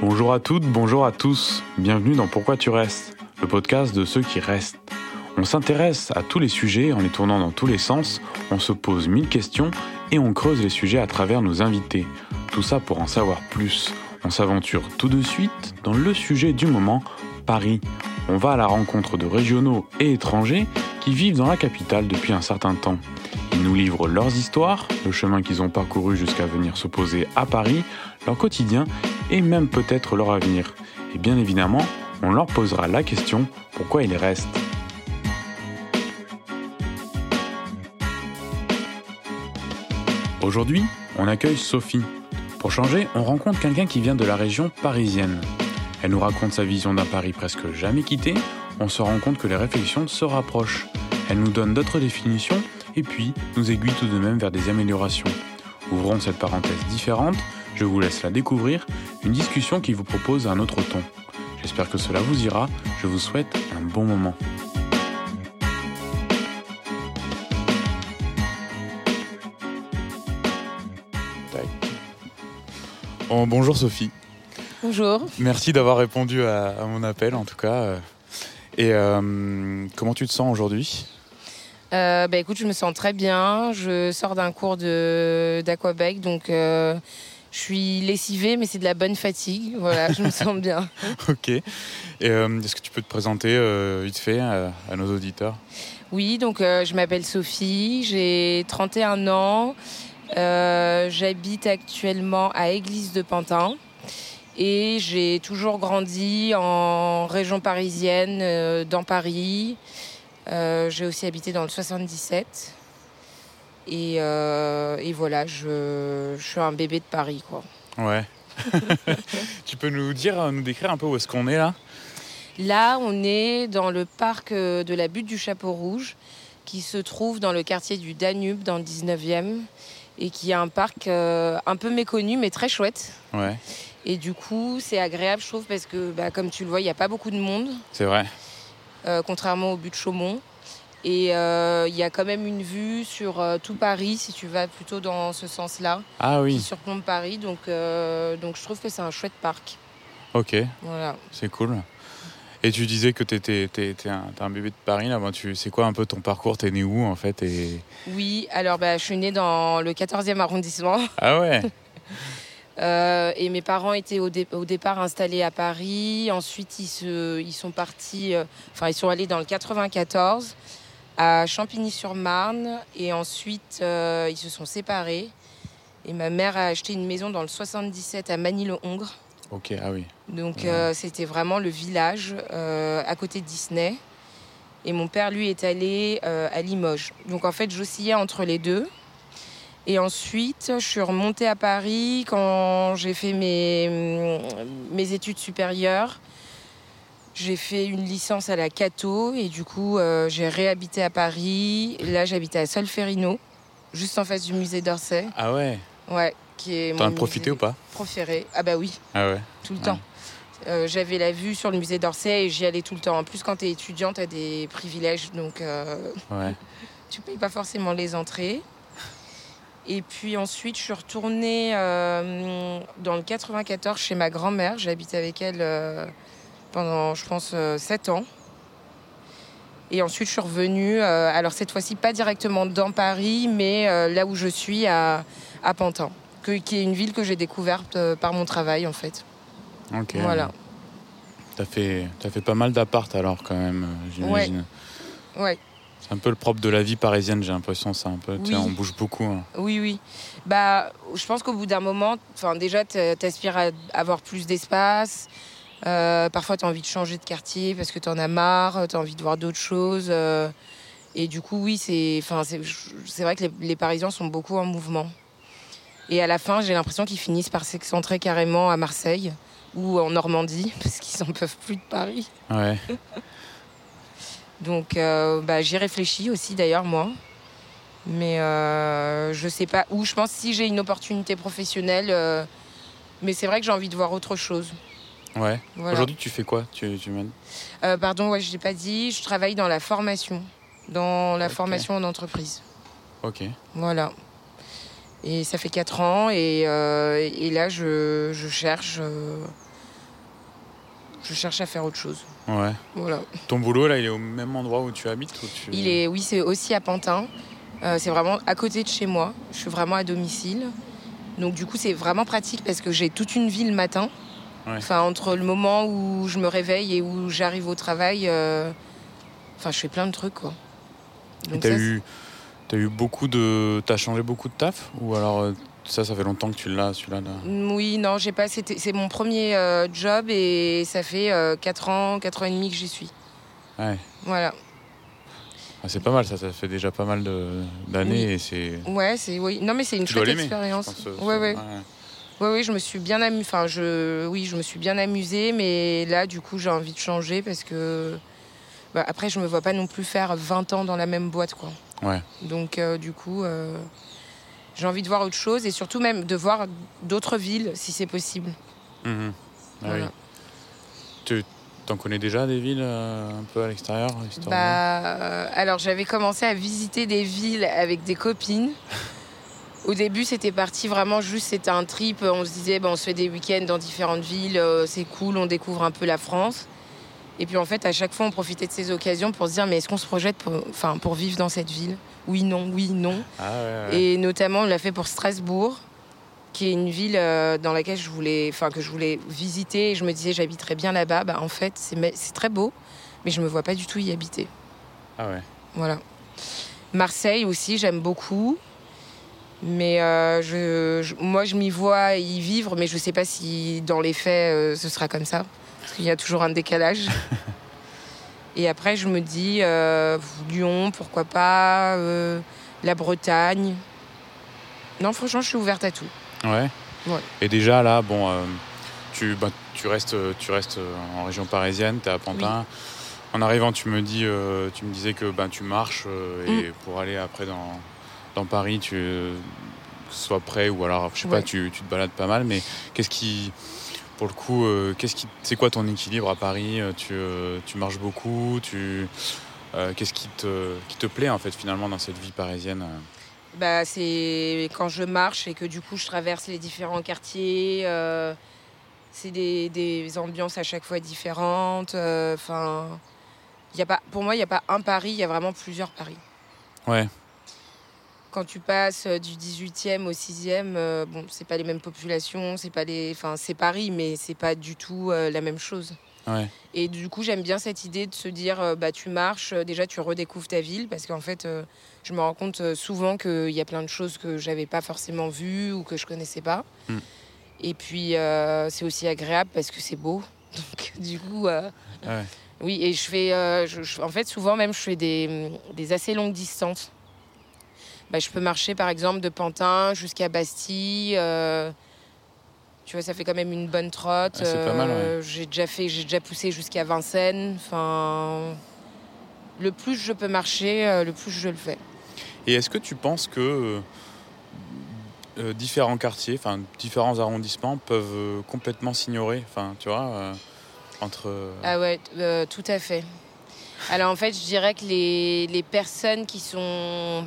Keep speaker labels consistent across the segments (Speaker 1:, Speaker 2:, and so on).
Speaker 1: Bonjour à toutes, bonjour à tous. Bienvenue dans Pourquoi tu restes, le podcast de ceux qui restent. On s'intéresse à tous les sujets en les tournant dans tous les sens, on se pose 1000 questions et on creuse les sujets à travers nos invités. Tout ça pour en savoir plus. On s'aventure tout de suite dans le sujet du moment, Paris. On va à la rencontre de régionaux et étrangers qui vivent dans la capitale depuis un certain temps. Ils nous livrent leurs histoires, le chemin qu'ils ont parcouru jusqu'à venir se poser à Paris, leur quotidien et même peut-être leur avenir. Et bien évidemment, on leur posera la question pourquoi ils restent. Aujourd'hui, on accueille Sophie. Pour changer, on rencontre quelqu'un qui vient de la région parisienne. Elle nous raconte sa vision d'un Paris presque jamais quitté. On se rend compte que les réflexions se rapprochent. Elle nous donne d'autres définitions et puis nous aiguille tout de même vers des améliorations. Ouvrons cette parenthèse différente, je vous laisse la découvrir, une discussion qui vous propose un autre ton. J'espère que cela vous ira, je vous souhaite un bon moment. Bon, bonjour Sophie.
Speaker 2: Bonjour.
Speaker 1: Merci d'avoir répondu à mon appel en tout cas. Et comment tu te sens aujourd'hui ?
Speaker 2: Écoute, je me sens très bien. Je sors d'un cours d'aquabec, donc je suis lessivée, mais c'est de la bonne fatigue. Voilà, je me sens bien.
Speaker 1: Ok. Et est-ce que tu peux te présenter vite fait à nos auditeurs ?
Speaker 2: Oui, donc je m'appelle Sophie, j'ai 31 ans. J'habite actuellement à Église de Pantin. Et j'ai toujours grandi en région parisienne, dans Paris. J'ai aussi habité dans le 77. Et voilà, je suis un bébé de Paris, quoi.
Speaker 1: Ouais. Tu peux nous décrire un peu où est-ce qu'on est là ?
Speaker 2: Là, on est dans le parc de la Butte du Chapeau Rouge, qui se trouve dans le quartier du Danube, dans le 19e, et qui est un parc un peu méconnu, mais très chouette.
Speaker 1: Ouais.
Speaker 2: Et du coup, c'est agréable, je trouve, parce que, comme tu le vois, il n'y a pas beaucoup de monde.
Speaker 1: C'est vrai.
Speaker 2: Contrairement au but de Chaumont. Et il y a quand même une vue sur tout Paris, si tu vas plutôt dans ce sens-là.
Speaker 1: Ah oui.
Speaker 2: Qui surplombe Paris. Donc je trouve que c'est un chouette parc.
Speaker 1: Ok.
Speaker 2: Voilà.
Speaker 1: C'est cool. Et tu disais que t'es un bébé de Paris, là. C'est quoi un peu ton parcours ? T'es né où, en fait ?
Speaker 2: Oui, alors je suis née dans le 14e arrondissement.
Speaker 1: Ah ouais.
Speaker 2: Et mes parents étaient au départ installés à Paris. Ensuite, ils sont partis... ils sont allés dans le 94, à Champigny-sur-Marne. Et ensuite, ils se sont séparés. Et ma mère a acheté une maison dans le 77 à Magny-le-Hongre.
Speaker 1: Ok, ah oui.
Speaker 2: Donc, c'était vraiment le village à côté de Disney. Et mon père, lui, est allé à Limoges. Donc, en fait, j'oscillais entre les deux. Et ensuite, je suis remontée à Paris quand j'ai fait mes études supérieures. J'ai fait une licence à la Cato et du coup, j'ai réhabité à Paris. Là, j'habitais à Solferino, juste en face du musée d'Orsay.
Speaker 1: Ah ouais.
Speaker 2: Ouais, qui est
Speaker 1: T'en
Speaker 2: mon
Speaker 1: as profité ou pas ?
Speaker 2: préféré. Ah bah oui.
Speaker 1: Ah ouais.
Speaker 2: Tout le temps. J'avais la vue sur le musée d'Orsay et j'y allais tout le temps. En plus, quand t'es étudiant, t'as des privilèges, donc
Speaker 1: Ouais.
Speaker 2: tu payes pas forcément les entrées. Et puis ensuite, je suis retournée dans le 94 chez ma grand-mère. J'ai habité avec elle pendant, je pense, 7 ans. Et ensuite, je suis revenue, alors cette fois-ci, pas directement dans Paris, mais là où je suis, à Pantin, qui est une ville que j'ai découverte par mon travail, en fait.
Speaker 1: Ok.
Speaker 2: Voilà.
Speaker 1: T'as fait pas mal d'appart alors, quand même, j'imagine.
Speaker 2: Ouais.
Speaker 1: C'est un peu le propre de la vie parisienne, j'ai l'impression, c'est un peu,
Speaker 2: Oui.
Speaker 1: tu sais, on bouge beaucoup. Hein.
Speaker 2: Oui. Je pense qu'au bout d'un moment, déjà, t'aspires à avoir plus d'espace. Parfois, t'as envie de changer de quartier parce que t'en as marre, t'as envie de voir d'autres choses. Et du coup, oui, c'est vrai que les Parisiens sont beaucoup en mouvement. Et à la fin, j'ai l'impression qu'ils finissent par s'excentrer carrément à Marseille ou en Normandie parce qu'ils n'en peuvent plus de Paris.
Speaker 1: Ouais.
Speaker 2: Donc, j'y réfléchis aussi d'ailleurs, moi. Mais je sais pas où. Je pense si j'ai une opportunité professionnelle. Mais c'est vrai que j'ai envie de voir autre chose.
Speaker 1: Ouais.
Speaker 2: Voilà.
Speaker 1: Aujourd'hui, tu fais quoi ? Tu mènes ?
Speaker 2: Je l'ai pas dit. Je travaille dans la formation. Dans la formation en entreprise.
Speaker 1: Ok.
Speaker 2: Voilà. Et ça fait 4 ans. Et là, je cherche je cherche à faire autre chose.
Speaker 1: Ouais.
Speaker 2: Voilà.
Speaker 1: Ton boulot, là, il est au même endroit où tu habites
Speaker 2: Oui, c'est aussi à Pantin. C'est vraiment à côté de chez moi. Je suis vraiment à domicile. Donc du coup, c'est vraiment pratique parce que j'ai toute une vie le matin.
Speaker 1: Ouais.
Speaker 2: Enfin, entre le moment où je me réveille et où j'arrive au travail, je fais plein de trucs, quoi. Donc
Speaker 1: et t'as changé beaucoup de taf? Ou alors ça fait longtemps que tu l'as, celui-là là.
Speaker 2: Oui, non, j'ai pas. C'est mon premier job et ça fait 4 ans et demi que j'y suis.
Speaker 1: Ouais.
Speaker 2: Voilà.
Speaker 1: Ah, c'est pas mal, ça fait déjà pas mal d'années
Speaker 2: Oui.
Speaker 1: et c'est.
Speaker 2: Ouais, non, mais c'est une chouette expérience. Ouais, je me suis bien amusée. Je me suis bien amusée, mais là, du coup, j'ai envie de changer parce que après, je me vois pas non plus faire 20 ans dans la même boîte, quoi.
Speaker 1: Ouais.
Speaker 2: Donc, du coup, j'ai envie de voir autre chose et surtout même de voir d'autres villes, si c'est possible.
Speaker 1: Mmh. Ah,
Speaker 2: voilà.
Speaker 1: Oui. T'en connais déjà des villes un peu à l'extérieur,
Speaker 2: alors, j'avais commencé à visiter des villes avec des copines. Au début, c'était parti vraiment juste, c'était un trip. On se disait, on se fait des week-ends dans différentes villes, c'est cool, on découvre un peu la France. Et puis en fait, à chaque fois, on profitait de ces occasions pour se dire, mais est-ce qu'on se projette pour vivre dans cette ville ? Oui, non, oui, non.
Speaker 1: Ah, ouais.
Speaker 2: Et notamment, on l'a fait pour Strasbourg, qui est une ville dans laquelle que je voulais visiter. Et je me disais, j'habiterais bien là-bas. En fait, c'est très beau, mais je me vois pas du tout y habiter.
Speaker 1: Ah ouais.
Speaker 2: Voilà. Marseille aussi, j'aime beaucoup. Mais moi, je m'y vois y vivre, mais je sais pas si dans les faits, ce sera comme ça. Parce qu'il y a toujours un décalage. Et après, je me dis, Lyon, pourquoi pas, la Bretagne. Non, franchement, je suis ouverte à tout.
Speaker 1: Ouais. Et déjà, là, tu restes en région parisienne, t'es à Pantin. Oui. En arrivant, tu me disais que tu marches et pour aller après dans Paris, que ce soit près ou alors, je sais pas, tu te balades pas mal, mais pour le coup, c'est quoi ton équilibre à Paris ? Tu marches beaucoup, qu'est-ce qui te plaît en fait finalement dans cette vie parisienne ?
Speaker 2: C'est quand je marche et que du coup je traverse les différents quartiers. C'est des ambiances à chaque fois différentes. Pour moi, il n'y a pas un Paris, il y a vraiment plusieurs Paris.
Speaker 1: Ouais.
Speaker 2: Quand tu passes du 18e au 6e, c'est pas les mêmes populations, c'est Paris, mais c'est pas du tout la même chose.
Speaker 1: Ouais.
Speaker 2: Et du coup, j'aime bien cette idée de se dire, tu marches, déjà tu redécouvres ta ville, parce qu'en fait, je me rends compte souvent qu'il y a plein de choses que j'avais pas forcément vues ou que je connaissais pas. Et puis, c'est aussi agréable parce que c'est beau. Donc, du coup, oui, et je fais, en fait, souvent même, je fais des assez longues distances. Je peux marcher, par exemple, de Pantin jusqu'à Bastille. Tu vois, ça fait quand même une bonne trotte.
Speaker 1: C'est pas mal, ouais.
Speaker 2: J'ai déjà poussé jusqu'à Vincennes. Enfin, le plus je peux marcher, le plus je le fais.
Speaker 1: Et est-ce que tu penses que différents quartiers, différents arrondissements peuvent complètement s'ignorer, tu vois, entre...
Speaker 2: Ah ouais, tout à fait. Alors en fait, je dirais que les personnes qui sont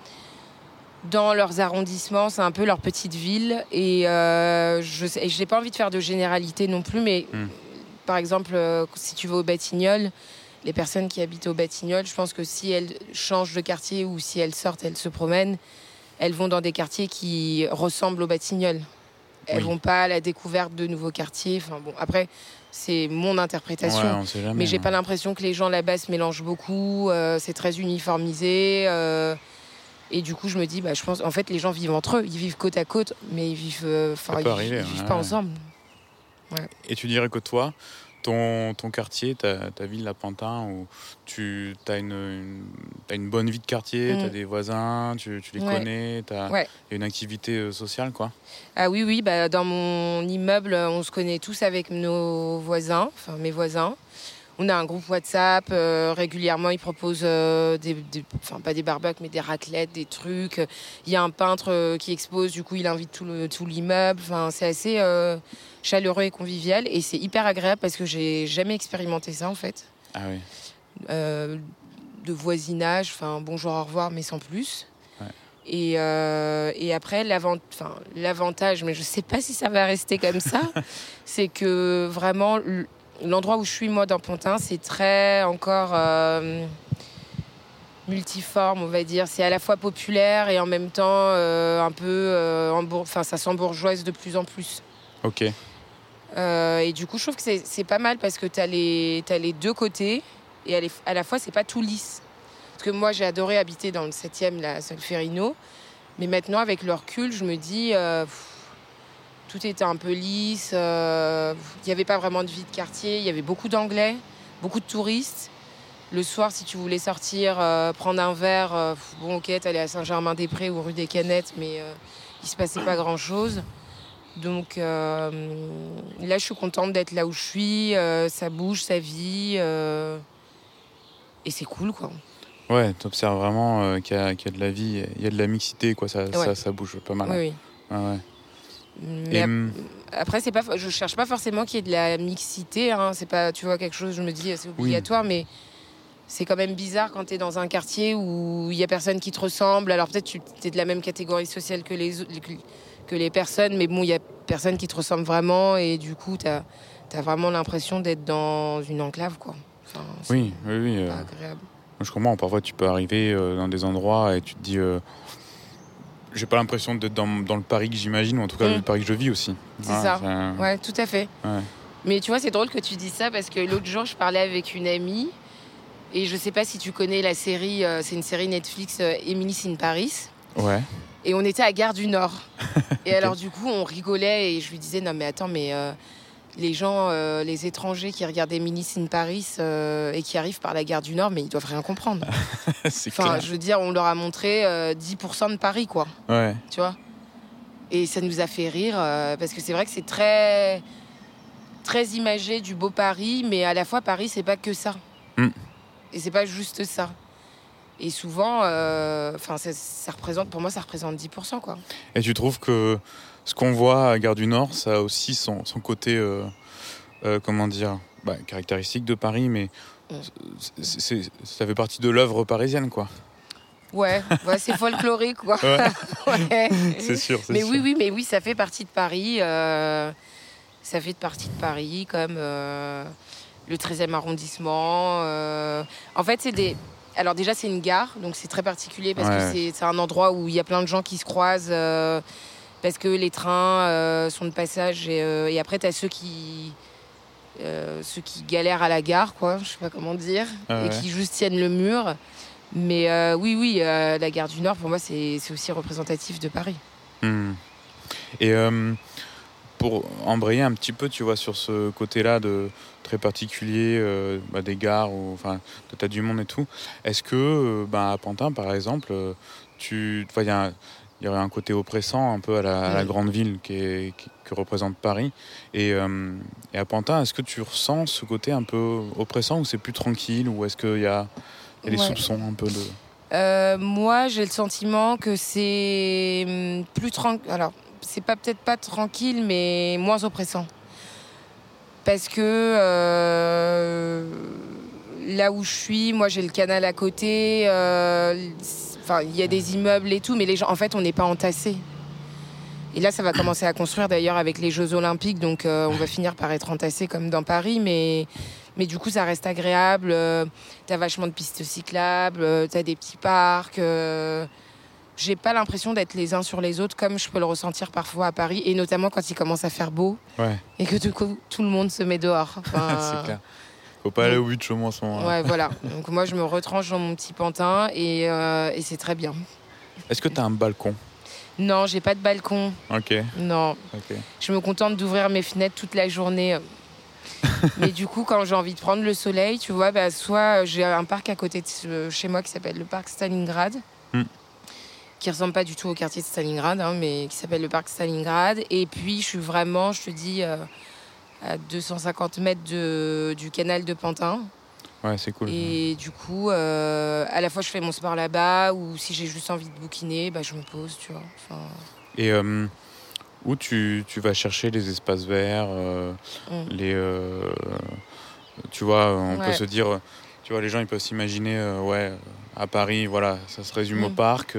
Speaker 2: dans leurs arrondissements, c'est un peu leur petite ville. Et je n'ai pas envie de faire de généralité non plus, mais par exemple, si tu vas au Batignolles, les personnes qui habitent au Batignolles, je pense que si elles changent de quartier ou si elles sortent, elles se promènent, elles vont dans des quartiers qui ressemblent au Batignolles. Elles vont pas à la découverte de nouveaux quartiers. Après, c'est mon interprétation.
Speaker 1: Ouais, on sait jamais,
Speaker 2: mais j'ai pas l'impression que les gens là-bas se mélangent beaucoup. C'est très uniformisé. Et du coup, je me dis, je pense, en fait, les gens vivent entre eux. Ils vivent côte à côte, mais ils vivent, ils vivent pas ensemble. Ouais.
Speaker 1: Et tu dirais que toi, ton quartier, ta ville, la Pantin, où tu as une bonne vie de quartier, tu as des voisins, tu les connais, il y a une activité sociale, quoi.
Speaker 2: Ah oui, dans mon immeuble, on se connaît tous avec nos voisins, enfin mes voisins. On a un groupe WhatsApp, régulièrement ils proposent pas des barbecues, mais des raclettes, des trucs. Il y a un peintre qui expose, du coup il invite tout l'immeuble. C'est assez chaleureux et convivial et c'est hyper agréable parce que j'ai jamais expérimenté ça en fait.
Speaker 1: Ah oui.
Speaker 2: De voisinage, bonjour, au revoir, mais sans plus.
Speaker 1: Ouais.
Speaker 2: Et après, l'avantage, mais je sais pas si ça va rester comme ça, c'est que vraiment... l'endroit où je suis, moi, dans Pantin, c'est très encore multiforme, on va dire. C'est à la fois populaire et en même temps un peu... ça sent bourgeoise de plus en plus.
Speaker 1: Ok.
Speaker 2: Et du coup, je trouve que c'est pas mal parce que t'as les deux côtés et à la fois, c'est pas tout lisse. Parce que moi, j'ai adoré habiter dans le 7e, la Solferino. Mais maintenant, avec le recul, je me dis... tout était un peu lisse. Il n'y avait pas vraiment de vie de quartier. Il y avait beaucoup d'Anglais, beaucoup de touristes. Le soir, si tu voulais sortir, prendre un verre, bon, ok, t'allais à Saint-Germain-des-Prés ou rue des Canettes, mais il se passait pas grand-chose. Donc là, je suis contente d'être là où je suis. Ça bouge, ça vit. Et c'est cool, quoi.
Speaker 1: Ouais, t'observes vraiment qu'il y a de la vie, il y a de la mixité, quoi. Ça bouge pas mal.
Speaker 2: Oui.
Speaker 1: Ouais.
Speaker 2: Mais après, je cherche pas forcément qu'il y ait de la mixité. Hein. C'est pas, tu vois, quelque chose, je me dis, c'est obligatoire, mais c'est quand même bizarre quand tu es dans un quartier où il y a personne qui te ressemble. Alors peut-être tu es de la même catégorie sociale que les personnes, mais bon, il y a personne qui te ressemble vraiment, et du coup, tu as vraiment l'impression d'être dans une enclave, quoi. Enfin,
Speaker 1: oui.
Speaker 2: Pas agréable.
Speaker 1: Je comprends. Parfois, tu peux arriver dans des endroits et tu te dis... j'ai pas l'impression d'être dans le Paris que j'imagine, ou en tout cas le Paris que je vis aussi.
Speaker 2: C'est ça. Ouais, tout à fait.
Speaker 1: Ouais.
Speaker 2: Mais tu vois, c'est drôle que tu dis ça parce que l'autre jour, je parlais avec une amie et je sais pas si tu connais la série, c'est une série Netflix, Emily in Paris.
Speaker 1: Ouais.
Speaker 2: Et on était à Gare du Nord. Et
Speaker 1: Okay.
Speaker 2: alors, du coup, on rigolait et je lui disais, non mais attends, mais les gens, les étrangers qui regardent Emily in Paris et qui arrivent par la Gare du Nord, mais ils doivent rien comprendre.
Speaker 1: C'est clair.
Speaker 2: Enfin, je veux dire, on leur a montré 10% de Paris, quoi.
Speaker 1: Ouais.
Speaker 2: Tu vois ? Et ça nous a fait rire parce que c'est vrai que c'est très, très imagé du beau Paris, mais à la fois, Paris, c'est pas que ça. Et c'est pas juste ça. Et souvent, ça représente, pour moi, ça représente 10%, quoi.
Speaker 1: Et tu trouves que ce qu'on voit à Gare du Nord, ça a aussi son côté, comment dire, caractéristique de Paris, mais ça fait partie de l'œuvre parisienne, quoi.
Speaker 2: Ouais, c'est folklorique, quoi.
Speaker 1: Ouais.
Speaker 2: Ouais.
Speaker 1: C'est sûr.
Speaker 2: Mais oui, ça fait partie de Paris. Ça fait partie de Paris, comme le 13e arrondissement. En fait, alors déjà, c'est une gare, donc c'est très particulier parce que c'est un endroit où il y a plein de gens qui se croisent parce que les trains sont de passage et après, tu as ceux qui galèrent à la gare, quoi, je sais pas comment dire, et qui juste tiennent le mur. Mais la gare du Nord, pour moi, c'est aussi représentatif de Paris.
Speaker 1: Et pour embrayer un petit peu, tu vois, sur ce côté-là de très particulier des gares, enfin, de t'as du monde et tout, est-ce que, à Pantin, par exemple, il y aurait un côté oppressant un peu à la grande ville que représente Paris, et à Pantin, est-ce que tu ressens ce côté un peu oppressant, ou c'est plus tranquille, ou est-ce qu'il y a des soupçons un peu de...
Speaker 2: Moi, j'ai le sentiment que c'est plus tranquille. Alors, c'est peut-être pas tranquille, mais moins oppressant. Parce que là où je suis, moi, j'ai le canal à côté. Il y a des immeubles et tout, mais les gens, en fait, on n'est pas entassés. Et là, ça va commencer à construire, d'ailleurs, avec les Jeux Olympiques. Donc, on va finir par être entassés comme dans Paris, mais du coup, ça reste agréable. T'as vachement de pistes cyclables, t'as des petits parcs. J'ai pas l'impression d'être les uns sur les autres comme je peux le ressentir parfois à Paris, et notamment quand il commence à faire beau et que du coup, tout le monde se met dehors.
Speaker 1: C'est clair. Faut pas aller au but de Chaumont en ce moment.
Speaker 2: Ouais, voilà. Donc moi, je me retranche dans mon petit pantin et c'est très bien.
Speaker 1: Est-ce que t'as un balcon ?
Speaker 2: Non, j'ai pas de balcon.
Speaker 1: Ok.
Speaker 2: Non.
Speaker 1: Okay.
Speaker 2: Je me contente d'ouvrir mes fenêtres toute la journée. Mais du coup, quand j'ai envie de prendre le soleil, tu vois, soit j'ai un parc à côté de chez moi qui s'appelle le parc Stalingrad, qui ressemble pas du tout au quartier de Stalingrad, mais qui s'appelle le parc Stalingrad. Et puis, je suis vraiment, je te dis, à 250 mètres du canal de Pantin.
Speaker 1: Ouais, c'est cool.
Speaker 2: Et du coup, à la fois, je fais mon sport là-bas, ou si j'ai juste envie de bouquiner, je me pose, tu vois. Enfin...
Speaker 1: Et où tu vas chercher les espaces verts, tu vois, on peut se dire, tu vois, les gens, ils peuvent s'imaginer, à Paris, voilà, ça se résume au parc.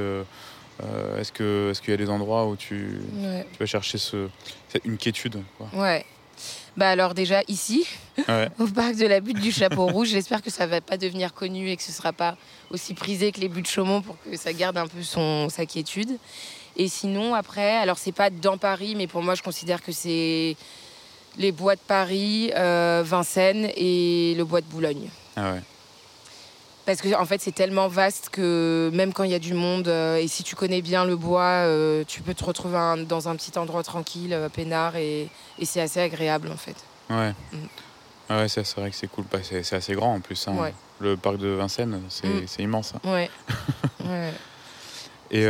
Speaker 1: Est-ce qu'il y a des endroits où tu vas chercher une quiétude, quoi.
Speaker 2: Ouais. Bah alors déjà ici,
Speaker 1: Ouais.
Speaker 2: au parc de la butte du Chapeau Rouge, j'espère que ça va pas devenir connu et que ce sera pas aussi prisé que les buttes Chaumont pour que ça garde un peu sa quiétude. Et sinon après, alors c'est pas dans Paris, mais pour moi je considère que c'est les bois de Paris, Vincennes et le bois de Boulogne.
Speaker 1: Ah ouais.
Speaker 2: Parce que en fait c'est tellement vaste que même quand il y a du monde et si tu connais bien le bois, tu peux te retrouver dans un petit endroit tranquille, peinard et c'est assez agréable en fait.
Speaker 1: Ouais. Ouais, c'est vrai que c'est cool. Bah, c'est assez grand en plus. Hein.
Speaker 2: Ouais.
Speaker 1: Le parc de Vincennes, c'est immense. Hein.
Speaker 2: Ouais. Ouais.
Speaker 1: Et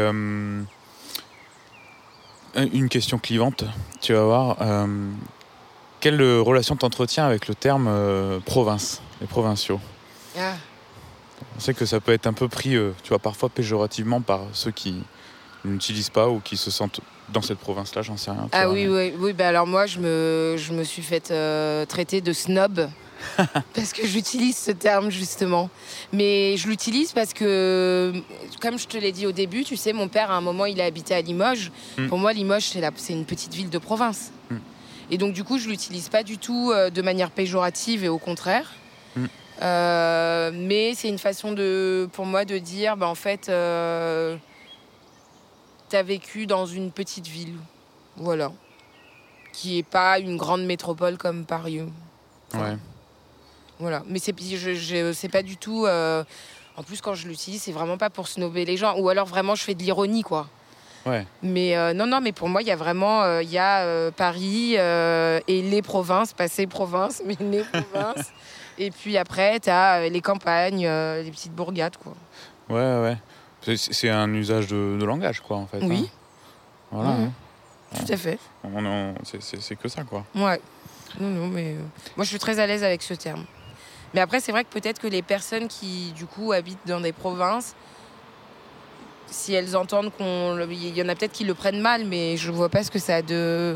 Speaker 1: une question clivante, tu vas voir. Quelle relation t'entretiens avec le terme province, les provinciaux?
Speaker 2: Ah.
Speaker 1: On sait que ça peut être un peu pris, tu vois, parfois péjorativement par ceux qui n'utilisent pas ou qui se sentent dans cette province-là, j'en sais rien.
Speaker 2: Ah oui. Bah alors moi, je me suis faite traiter de snob parce que j'utilise ce terme justement. Mais je l'utilise parce que, comme je te l'ai dit au début, tu sais, mon père à un moment il a habité à Limoges. Pour moi, Limoges c'est une petite ville de province. Et donc du coup, je l'utilise pas du tout de manière péjorative et au contraire. Mais c'est une façon pour moi de dire, bah en fait. T'as vécu dans une petite ville, voilà, qui est pas une grande métropole comme Paris. Enfin,
Speaker 1: ouais.
Speaker 2: Voilà, mais c'est pas du tout. En plus, quand je l'utilise, c'est vraiment pas pour snobber les gens, ou alors vraiment je fais de l'ironie, quoi.
Speaker 1: Ouais.
Speaker 2: Mais non, mais pour moi, il y a vraiment, Paris et les provinces, pas ces provinces, mais les provinces. Et puis après, t'as les campagnes, les petites bourgades, quoi.
Speaker 1: Ouais. C'est un usage de langage, quoi, en fait.
Speaker 2: Oui.
Speaker 1: Hein. Voilà. Hein.
Speaker 2: Tout à fait.
Speaker 1: C'est que ça, quoi.
Speaker 2: Ouais. Non, mais moi, je suis très à l'aise avec ce terme. Mais après, c'est vrai que peut-être que les personnes qui, du coup, habitent dans des provinces, si elles entendent il y en a peut-être qui le prennent mal, mais je vois pas ce que ça a de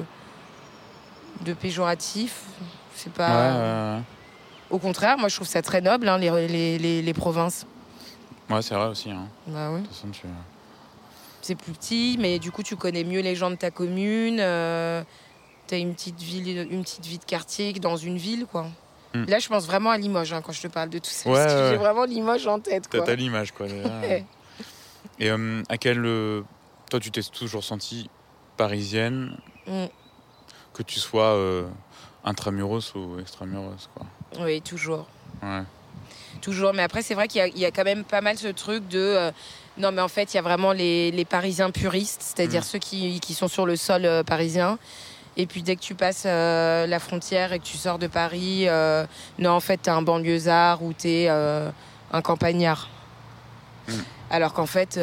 Speaker 2: péjoratif. C'est pas...
Speaker 1: Ouais.
Speaker 2: Au contraire, moi, je trouve ça très noble, hein, les provinces.
Speaker 1: Ouais, c'est vrai aussi. Hein.
Speaker 2: Bah oui.
Speaker 1: De toute façon,
Speaker 2: C'est plus petit, mais du coup, tu connais mieux les gens de ta commune. T'as une petite vie de quartier dans une ville, quoi. Là, je pense vraiment à Limoges, hein, quand je te parle de tout ça.
Speaker 1: Ouais,
Speaker 2: parce que j'ai vraiment Limoges en tête, quoi.
Speaker 1: T'as l'image, quoi.
Speaker 2: Ouais.
Speaker 1: Et à toi, tu t'es toujours sentie parisienne, que tu sois intramuros ou extramuros, quoi.
Speaker 2: Oui, toujours.
Speaker 1: Ouais.
Speaker 2: Toujours, mais après, c'est vrai qu'il y a quand même pas mal ce truc de... non, mais en fait, il y a vraiment les Parisiens puristes, c'est-à-dire ceux qui sont sur le sol parisien. Et puis, dès que tu passes la frontière et que tu sors de Paris, non, en fait, t'es un banlieusard ou t'es un campagnard. Alors qu'en fait,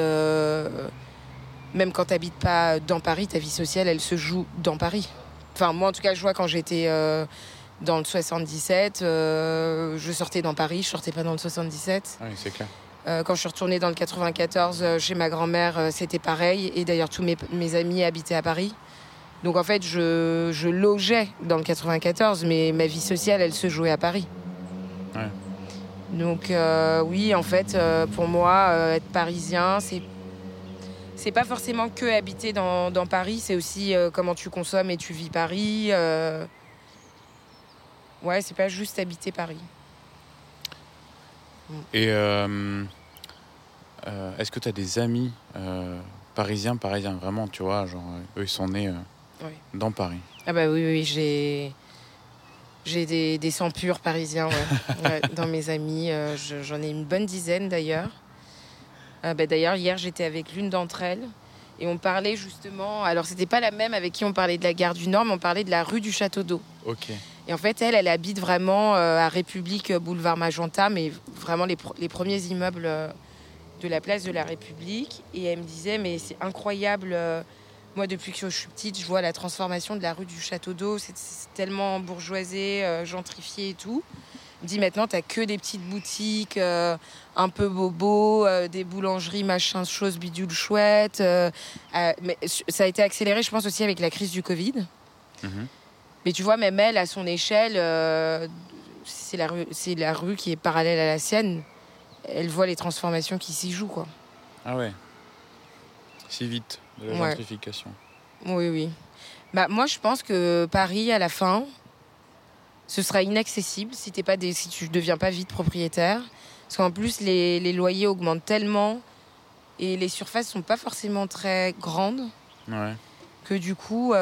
Speaker 2: même quand t'habites pas dans Paris, ta vie sociale, elle se joue dans Paris. Enfin, moi, en tout cas, je vois quand j'étais... dans le 77, je sortais dans Paris, je sortais pas dans le 77.
Speaker 1: Oui, c'est clair.
Speaker 2: Quand je suis retournée dans le 94 chez ma grand-mère, c'était pareil. Et d'ailleurs, tous mes amis habitaient à Paris. Donc en fait, je logeais dans le 94, mais ma vie sociale, elle se jouait à Paris.
Speaker 1: Ouais.
Speaker 2: Donc oui, en fait, pour moi, être parisien, c'est pas forcément que habiter dans Paris, c'est aussi comment tu consommes et tu vis Paris. Ouais, c'est pas juste habiter Paris.
Speaker 1: Et est-ce que tu as des amis parisiens, vraiment, tu vois, genre, eux, ils sont nés dans Paris?
Speaker 2: Ah bah oui, j'ai des sangs purs parisiens, ouais. Ouais, dans mes amis. J'en ai une bonne dizaine, d'ailleurs. D'ailleurs, hier, j'étais avec l'une d'entre elles. Et on parlait justement... Alors, c'était pas la même avec qui on parlait de la gare du Nord, mais on parlait de la rue du Château d'Eau.
Speaker 1: Ok.
Speaker 2: Et en fait, elle habite vraiment à République, boulevard Magenta, mais vraiment les premiers immeubles de la place de la République. Et elle me disait, mais c'est incroyable. Moi, depuis que je suis petite, je vois la transformation de la rue du Château d'Eau. C'est tellement bourgeoisé, gentrifié et tout. Elle me dit, maintenant, t'as que des petites boutiques un peu bobo, des boulangeries, machin, choses bidules chouettes. Mais ça a été accéléré, je pense, aussi avec la crise du Covid. Mais tu vois, même elle, à son échelle, c'est la rue qui est parallèle à la sienne. Elle voit les transformations qui s'y jouent, quoi.
Speaker 1: Ah ouais. Si vite, de la gentrification.
Speaker 2: Oui. Bah, moi, je pense que Paris, à la fin, ce sera inaccessible si tu deviens pas vite propriétaire. Parce qu'en plus, les loyers augmentent tellement et les surfaces sont pas forcément très grandes que du coup...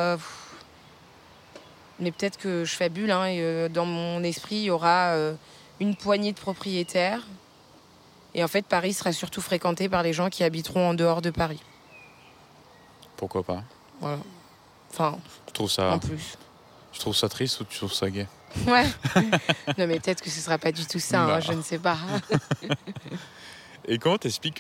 Speaker 2: mais peut-être que je fabule, hein, et dans mon esprit, il y aura une poignée de propriétaires. Et en fait, Paris sera surtout fréquenté par les gens qui habiteront en dehors de Paris.
Speaker 1: Pourquoi pas?
Speaker 2: Voilà. Enfin, en plus.
Speaker 1: Tu trouves ça triste ou tu trouves ça gai?
Speaker 2: Ouais. Non, mais peut-être que ce sera pas du tout ça, hein, je ne sais pas.
Speaker 1: Et comment t'expliques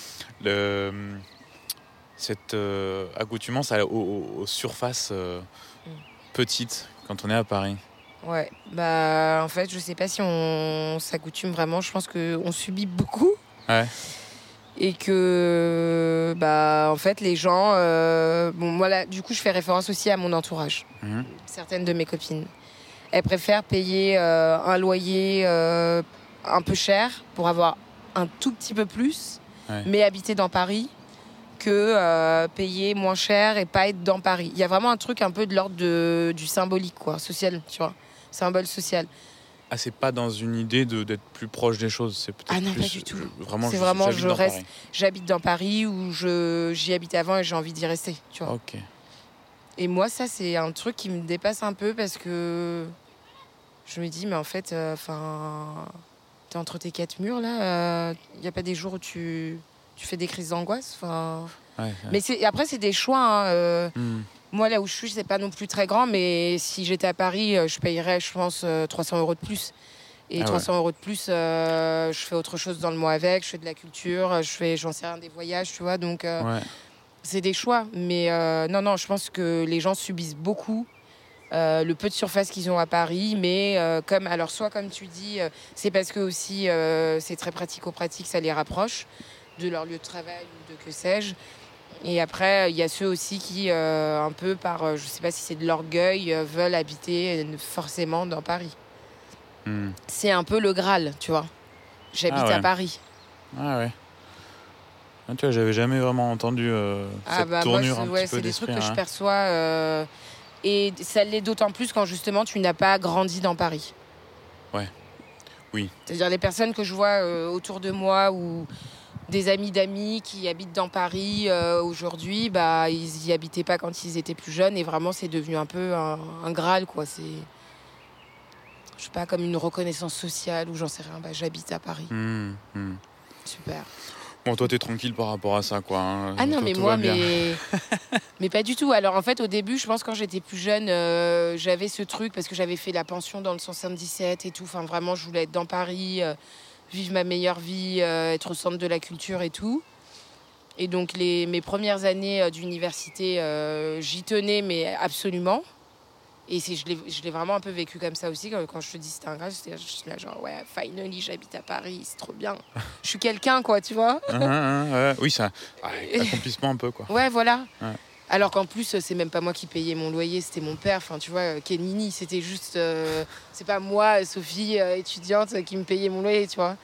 Speaker 1: cette accoutumance aux surfaces petites quand on est à Paris?
Speaker 2: Ouais, bah en fait, je sais pas si on s'accoutume vraiment. Je pense qu'on subit beaucoup.
Speaker 1: Ouais.
Speaker 2: Et que, bah, en fait, les gens... bon, voilà, du coup, je fais référence aussi à mon entourage. Certaines de mes copines. Elles préfèrent payer un loyer un peu cher pour avoir un tout petit peu plus, mais habiter dans Paris, que payer moins cher et pas être dans Paris. Il y a vraiment un truc un peu de l'ordre du symbolique, quoi, social, tu vois. Symbole social.
Speaker 1: Ah, c'est pas dans une idée d'être plus proche des choses, c'est peut-être
Speaker 2: non,
Speaker 1: plus...
Speaker 2: pas du tout.
Speaker 1: C'est vraiment
Speaker 2: j'habite dans Paris ou j'y habitais avant et j'ai envie d'y rester, tu vois.
Speaker 1: Ok.
Speaker 2: Et moi, ça, c'est un truc qui me dépasse un peu parce que je me dis, mais en fait, t'es entre tes quatre murs, là. Il n'y a pas des jours où tu fais des crises d'angoisse. Mais après, c'est des choix. Hein, Moi, là où je suis, c'est pas non plus très grand, mais si j'étais à Paris, je payerais, je pense, 300 € de plus. Et 300 € de plus, je fais autre chose dans le mois avec, je fais de la culture, j'en sais rien, des voyages, tu vois. Donc, c'est des choix. Mais non, je pense que les gens subissent beaucoup le peu de surface qu'ils ont à Paris. Mais soit comme tu dis, c'est parce que aussi c'est très pratico-pratique, ça les rapproche de leur lieu de travail ou de que sais-je. Et après, il y a ceux aussi qui, un peu par, je sais pas si c'est de l'orgueil, veulent habiter forcément dans Paris. C'est un peu le Graal, tu vois. J'habite à Paris.
Speaker 1: Ah ouais. Ah, tu vois, j'avais jamais vraiment entendu cette tournure un petit peu d'esprit.
Speaker 2: C'est des trucs que je perçois. Et ça l'est d'autant plus quand justement tu n'as pas grandi dans Paris.
Speaker 1: Ouais. Oui.
Speaker 2: C'est-à-dire les personnes que je vois autour de moi ou des amis d'amis qui habitent dans Paris aujourd'hui, bah, ils n'y habitaient pas quand ils étaient plus jeunes et vraiment c'est devenu un peu un Graal, quoi. C'est, je sais pas, comme une reconnaissance sociale ou j'en sais rien, bah, j'habite à Paris. Super.
Speaker 1: Bon, toi, t'es tranquille par rapport à ça, quoi. Hein.
Speaker 2: Ah non, mais moi, mais pas du tout. Alors, en fait, au début, je pense quand j'étais plus jeune, j'avais ce truc parce que j'avais fait la pension dans le 77 et tout. Enfin, vraiment, je voulais être dans Paris, vivre ma meilleure vie, être au centre de la culture et tout. Et donc, mes premières années d'université, j'y tenais, mais absolument. Et je l'ai vraiment un peu vécu comme ça aussi. Quand je te dis c'était un grave, j'étais là genre, ouais, finally, j'habite à Paris, c'est trop bien. Je suis quelqu'un, quoi, tu vois.
Speaker 1: Oui, ça, accomplissement un peu, quoi.
Speaker 2: Ouais, voilà. Ouais. Alors qu'en plus, c'est même pas moi qui payais mon loyer, c'était mon père. Enfin, tu vois, Kenini, c'était juste... c'est pas moi, Sophie, étudiante, qui me payait mon loyer, tu vois.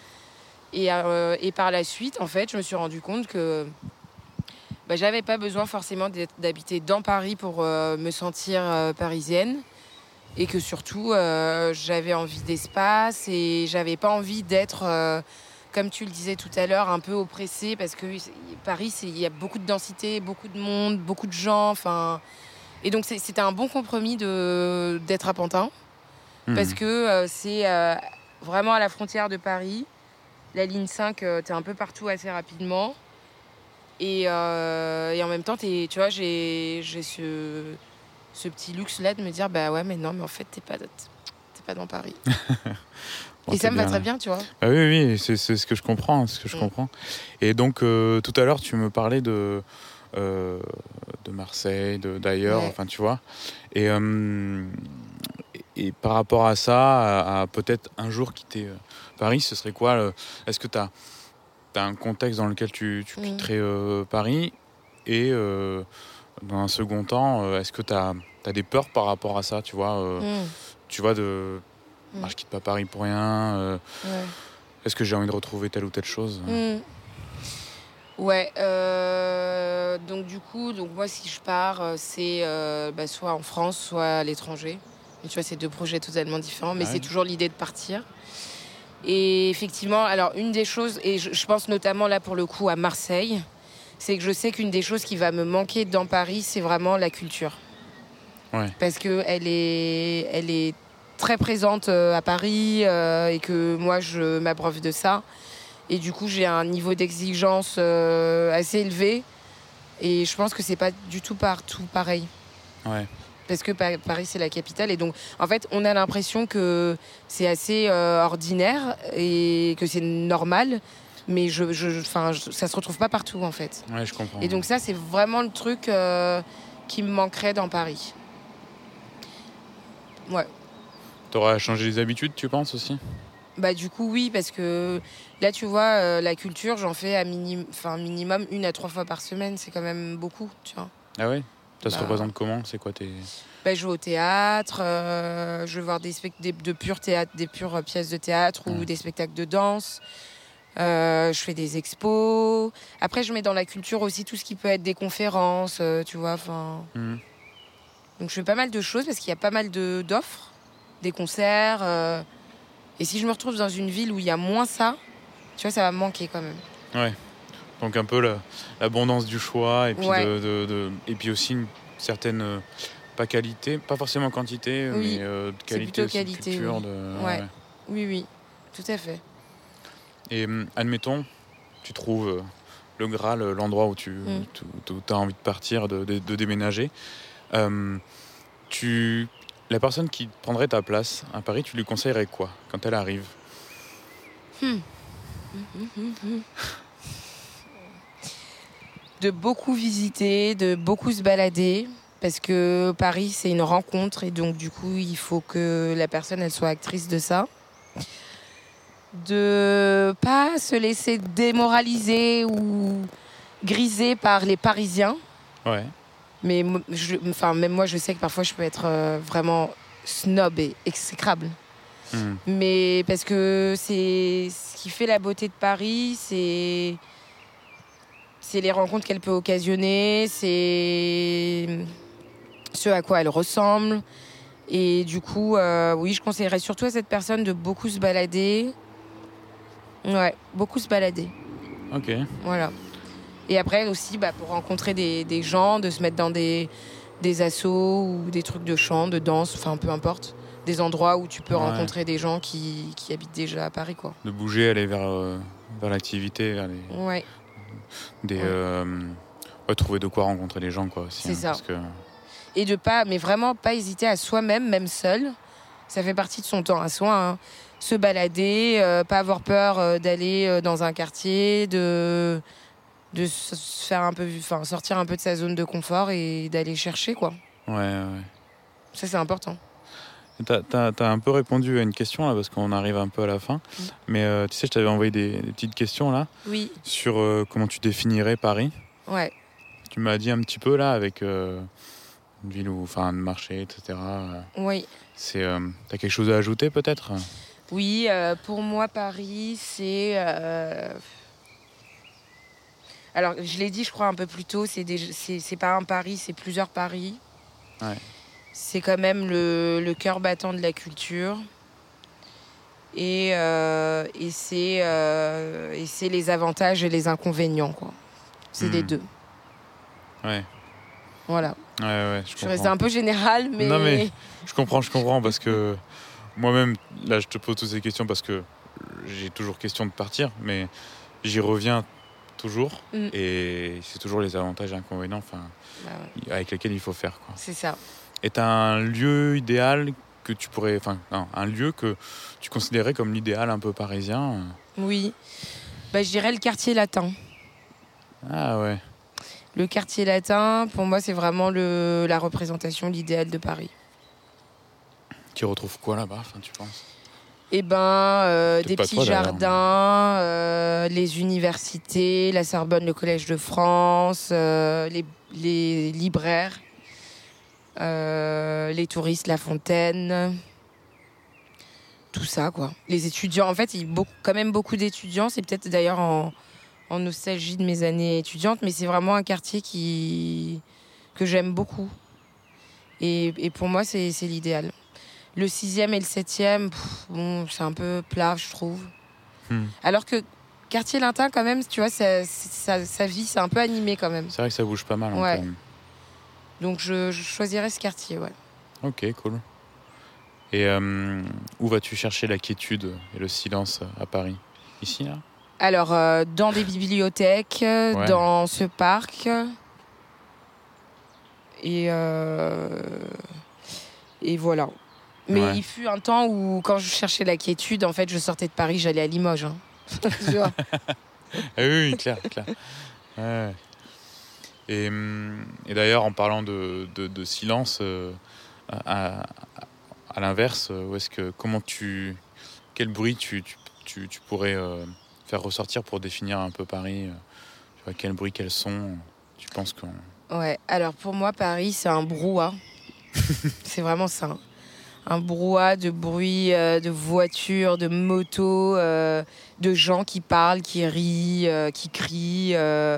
Speaker 2: Et par la suite, en fait, je me suis rendu compte que... Bah, j'avais pas besoin forcément d'habiter dans Paris pour me sentir parisienne et que surtout j'avais envie d'espace et j'avais pas envie d'être comme tu le disais tout à l'heure un peu oppressée parce que Paris il y a beaucoup de densité, beaucoup de monde, beaucoup de gens, enfin et donc c'était un bon compromis d'être à Pantin parce que c'est vraiment à la frontière de Paris, la ligne 5 t'es un peu partout assez rapidement. Et en même temps, tu vois, j'ai ce petit luxe-là de me dire, bah ouais, mais non, mais en fait, t'es pas dans Paris. Bon, et ça me va très bien, tu vois.
Speaker 1: Bah oui, c'est ce que je comprends, comprends. Et donc, tout à l'heure, tu me parlais de Marseille, d'ailleurs, enfin, tu vois. Et par rapport à ça, à peut-être un jour quitter Paris, ce serait quoi est-ce que t'as un contexte dans lequel tu quitterais Paris et dans un second temps, est-ce que tu as des peurs par rapport à ça, tu vois tu vois, je quitte pas Paris pour rien, est-ce que j'ai envie de retrouver telle ou telle chose
Speaker 2: Ouais, donc du coup, moi si je pars, c'est soit en France, soit à l'étranger. Tu vois, c'est 2 projets totalement différents, mais
Speaker 1: Ouais.
Speaker 2: c'est toujours l'idée de partir. Et effectivement, alors une des choses, et je pense notamment là pour le coup à Marseille, c'est que je sais qu'une des choses qui va me manquer dans Paris, c'est vraiment la culture.
Speaker 1: Ouais.
Speaker 2: Parce qu'elle est très présente à Paris et que moi, je m'abreuve de ça. Et du coup, j'ai un niveau d'exigence assez élevé. Et je pense que c'est pas du tout partout pareil.
Speaker 1: Ouais.
Speaker 2: Parce que Paris, c'est la capitale. Et donc, en fait, on a l'impression que c'est assez ordinaire et que c'est normal. Mais ça se retrouve pas partout, en fait.
Speaker 1: Ouais, je comprends.
Speaker 2: Et donc ça, c'est vraiment le truc qui me manquerait dans Paris. Ouais.
Speaker 1: T'auras changé les habitudes, tu penses aussi?
Speaker 2: Bah du coup, oui, parce que là, tu vois, la culture, j'en fais minimum 1 à 3 fois par semaine. C'est quand même beaucoup, tu vois.
Speaker 1: Ah ouais? Ça se
Speaker 2: Bah,
Speaker 1: représente comment? C'est quoi tes...
Speaker 2: Bah, je vais au théâtre, je vais voir des pures pièces de théâtre ou des spectacles de danse. Je fais des expos. Après, je mets dans la culture aussi tout ce qui peut être des conférences, tu vois. Donc, je fais pas mal de choses parce qu'il y a pas mal d'offres, des concerts. Et si je me retrouve dans une ville où il y a moins ça, tu vois, ça va me manquer quand même.
Speaker 1: Ouais. Donc un peu l'abondance du choix et puis,
Speaker 2: Ouais.
Speaker 1: et puis aussi une certaine... pas qualité, pas forcément quantité,
Speaker 2: Oui.
Speaker 1: mais de
Speaker 2: C'est
Speaker 1: qualité
Speaker 2: plutôt
Speaker 1: aussi, de
Speaker 2: qualité,
Speaker 1: culture.
Speaker 2: oui. Ouais. Oui, tout à fait.
Speaker 1: Et admettons, tu trouves le Graal, l'endroit où tu as envie de partir, de déménager. La personne qui prendrait ta place à Paris, tu lui conseillerais quoi quand elle arrive?
Speaker 2: De beaucoup visiter, de beaucoup se balader. Parce que Paris, c'est une rencontre. Et donc, du coup, il faut que la personne, elle soit actrice de ça. De pas se laisser démoraliser ou griser par les Parisiens.
Speaker 1: Ouais.
Speaker 2: Mais même moi, je sais que parfois, je peux être vraiment snob et exécrable. Mais parce que c'est ce qui fait la beauté de Paris, c'est les rencontres qu'elle peut occasionner, c'est ce à quoi elle ressemble. Et du coup, oui, je conseillerais surtout à cette personne de beaucoup se balader. Ouais, beaucoup se balader.
Speaker 1: Ok.
Speaker 2: Voilà. Et après aussi, pour rencontrer des gens, de se mettre dans des assos ou des trucs de chant, de danse, enfin peu importe. Des endroits où tu peux rencontrer des gens qui habitent déjà à Paris, quoi.
Speaker 1: De bouger, aller vers l'activité, vers
Speaker 2: Ouais.
Speaker 1: trouver de quoi rencontrer les gens, quoi, aussi.
Speaker 2: C'est ça.
Speaker 1: Parce que...
Speaker 2: Et mais vraiment pas hésiter à soi-même, même seul. Ça fait partie de son temps à soi, hein. Se balader, pas avoir peur d'aller dans un quartier, de se faire sortir un peu de sa zone de confort et d'aller chercher, quoi.
Speaker 1: Ouais.
Speaker 2: Ça, c'est important.
Speaker 1: T'as un peu répondu à une question, là, parce qu'on arrive un peu à la fin. Mais tu sais, je t'avais envoyé des petites questions, là.
Speaker 2: Oui.
Speaker 1: Sur comment tu définirais Paris.
Speaker 2: Ouais.
Speaker 1: Tu m'as dit un petit peu, là, avec une ville où... Enfin, un marché, etc.
Speaker 2: Oui.
Speaker 1: T'as quelque chose à ajouter, peut-être?
Speaker 2: Oui, pour moi, Paris, c'est... Alors, je l'ai dit, je crois, un peu plus tôt, c'est pas un Paris, c'est plusieurs Paris.
Speaker 1: Ouais.
Speaker 2: C'est quand même le cœur battant de la culture. Et c'est les avantages et les inconvénients, quoi. C'est les deux.
Speaker 1: Ouais.
Speaker 2: Voilà.
Speaker 1: Ouais,
Speaker 2: je suis restée un peu générale, mais...
Speaker 1: Non, mais je comprends, parce que moi-même, là, je te pose toutes ces questions parce que j'ai toujours question de partir, mais j'y reviens toujours. Et c'est toujours les avantages et inconvénients avec lesquels il faut faire, quoi.
Speaker 2: C'est ça.
Speaker 1: Et t'as un lieu idéal que tu pourrais... Enfin, non, un lieu que tu considérais comme l'idéal un peu parisien?
Speaker 2: Oui. Je dirais le quartier latin.
Speaker 1: Ah ouais.
Speaker 2: Le quartier latin, pour moi, c'est vraiment la représentation, l'idéal de Paris.
Speaker 1: Tu retrouves quoi là-bas, tu penses?
Speaker 2: Des petits jardins, les universités, la Sorbonne, le Collège de France, les libraires, les touristes, la Fontaine, tout ça, quoi. Les étudiants, en fait, il y a quand même beaucoup d'étudiants. C'est peut-être d'ailleurs en nostalgie de mes années étudiantes, mais c'est vraiment un quartier que j'aime beaucoup. Et pour moi, c'est l'idéal. Le 6e et le 7e, bon, c'est un peu plat, je trouve. Alors que Quartier Latin, quand même, tu vois, sa vie, c'est un peu animé quand même.
Speaker 1: C'est vrai que ça bouge pas mal.
Speaker 2: Ouais.
Speaker 1: Encore.
Speaker 2: Donc je choisirais ce quartier, ouais.
Speaker 1: Ok, cool. Et où vas-tu chercher la quiétude et le silence à Paris ? Ici, là ?
Speaker 2: Alors, dans des bibliothèques, dans ce parc. Et voilà. Mais il fut un temps où, quand je cherchais la quiétude, en fait, je sortais de Paris, j'allais à Limoges. Hein. Tu vois.
Speaker 1: Oui, clair. Ouais. Et d'ailleurs, en parlant de silence, à l'inverse, quel bruit tu pourrais faire ressortir pour définir un peu Paris, tu vois, quel bruit, quel son tu penses qu'on...
Speaker 2: Ouais, alors pour moi, Paris, c'est un brouhaha. C'est vraiment ça. Un brouhaha de bruit, de voitures, de motos, de gens qui parlent, qui rient, qui crient.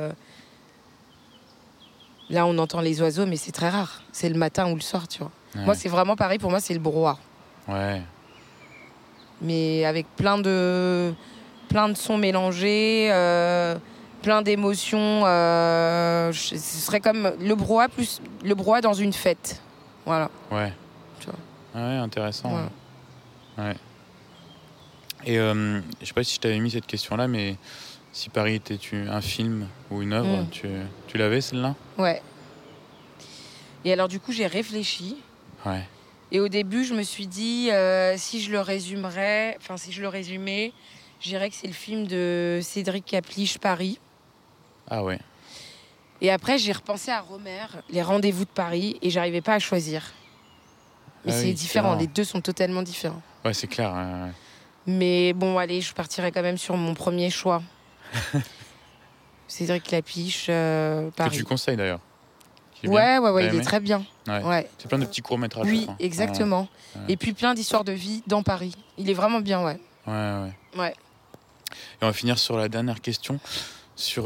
Speaker 2: Là, on entend les oiseaux, mais c'est très rare. C'est le matin ou le soir, tu vois. Ouais. Moi, c'est vraiment Paris. Pour moi, c'est le brouhaha.
Speaker 1: Ouais.
Speaker 2: Mais avec plein de sons mélangés, plein d'émotions. Ce serait comme le brouhaha dans une fête. Voilà.
Speaker 1: Ouais.
Speaker 2: Tu vois.
Speaker 1: Ouais, intéressant. Ouais. Et je sais pas si je t'avais mis cette question-là, mais si Paris était un film ou une œuvre, tu l'avais celle-là ?
Speaker 2: Ouais. Et alors du coup, j'ai réfléchi.
Speaker 1: Ouais.
Speaker 2: Et au début, je me suis dit, si je le résumais, je dirais que c'est le film de Cédric Kaplich, Paris.
Speaker 1: Ah ouais.
Speaker 2: Et après, j'ai repensé à Rohmer, Les Rendez-vous de Paris, et j'arrivais pas à choisir. Mais c'est différent, les deux sont totalement différents.
Speaker 1: Ouais, c'est clair. Ouais.
Speaker 2: Mais bon, allez, je partirais quand même sur mon premier choix. Cédric Kaplich, Paris.
Speaker 1: Que tu conseilles d'ailleurs.
Speaker 2: Ouais, il est très bien. Ouais.
Speaker 1: C'est plein de petits courts-métrages.
Speaker 2: Oui, exactement. Ouais. Et puis plein d'histoires de vie dans Paris. Il est vraiment bien, ouais.
Speaker 1: Ouais. Et on va finir sur la dernière question. Si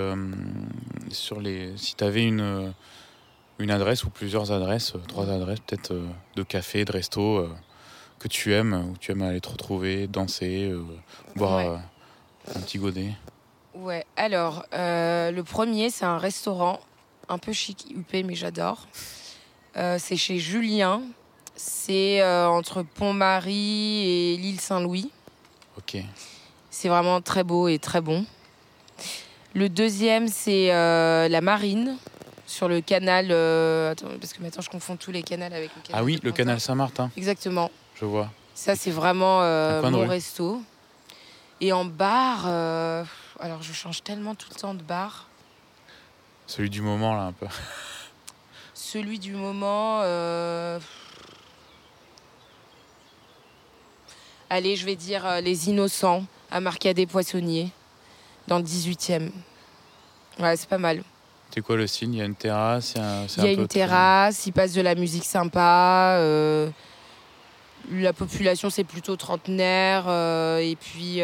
Speaker 1: tu avais une adresse ou plusieurs adresses, 3 adresses peut-être de café, de resto que tu aimes, où tu aimes aller te retrouver, danser, boire un petit godet.
Speaker 2: Ouais, alors le premier, c'est un restaurant un peu chic, huppé, mais j'adore. C'est chez Julien. C'est entre Pont-Marie et l'île Saint-Louis.
Speaker 1: Ok.
Speaker 2: C'est vraiment très beau et très bon. Le deuxième, c'est la Marine, sur le canal... Attends, parce que maintenant, je confonds tous les canals avec le canal.
Speaker 1: Ah oui, le canal Saint-Martin.
Speaker 2: Exactement.
Speaker 1: Je vois.
Speaker 2: Ça, c'est vraiment mon resto. Et en bar... alors, je change tellement tout le temps de bar.
Speaker 1: Celui du moment, là, un peu.
Speaker 2: Celui du moment... Allez, je vais dire Les Innocents, à Marcadet-Poissonnier, dans le 18e. Ouais, c'est pas mal.
Speaker 1: C'est quoi le style ? Il y a une terrasse,
Speaker 2: il y a une terrasse, il passe de la musique sympa. La population, c'est plutôt trentenaire. Et puis,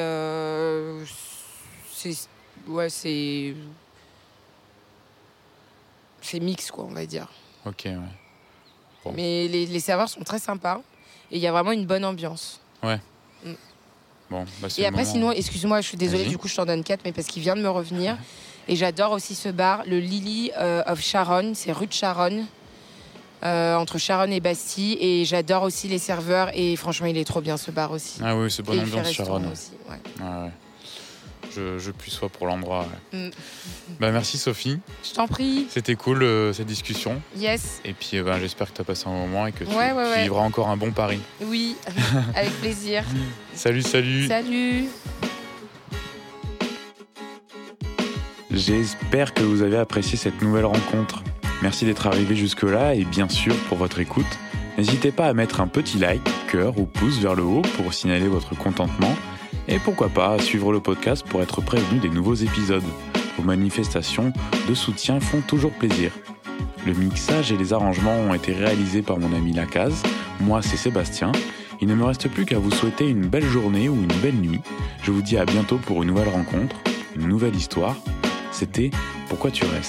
Speaker 2: c'est mix, quoi, on va dire.
Speaker 1: Ok, ouais.
Speaker 2: Bon. Mais les serveurs sont très sympas. Et il y a vraiment une bonne ambiance.
Speaker 1: Ouais. Bon,
Speaker 2: et après, sinon, excuse-moi, je suis désolée, du coup, je t'en donne 4, mais parce qu'il vient de me revenir. Et j'adore aussi ce bar, le Lily of Charonne, c'est rue de Charonne, entre Charonne et Bastille. Et j'adore aussi les serveurs. Et franchement, il est trop bien, ce bar aussi.
Speaker 1: Ah oui, c'est bonne ambiance, Charonne.
Speaker 2: Aussi, ouais.
Speaker 1: Ah ouais. Je puis soit pour l'endroit. Ouais. Merci Sophie.
Speaker 2: Je t'en prie.
Speaker 1: C'était cool cette discussion.
Speaker 2: Yes.
Speaker 1: Et puis j'espère que tu as passé un bon moment et que tu vivras encore un bon Paris.
Speaker 2: Oui, avec plaisir.
Speaker 1: Salut.
Speaker 2: Salut.
Speaker 1: J'espère que vous avez apprécié cette nouvelle rencontre. Merci d'être arrivé jusque-là et bien sûr pour votre écoute. N'hésitez pas à mettre un petit like, cœur ou pouce vers le haut pour signaler votre contentement. Et pourquoi pas suivre le podcast pour être prévenu des nouveaux épisodes. Vos manifestations de soutien font toujours plaisir. Le mixage et les arrangements ont été réalisés par mon ami Lacaze. Moi, c'est Sébastien. Il ne me reste plus qu'à vous souhaiter une belle journée ou une belle nuit. Je vous dis à bientôt pour une nouvelle rencontre, une nouvelle histoire. C'était Pourquoi tu restes ?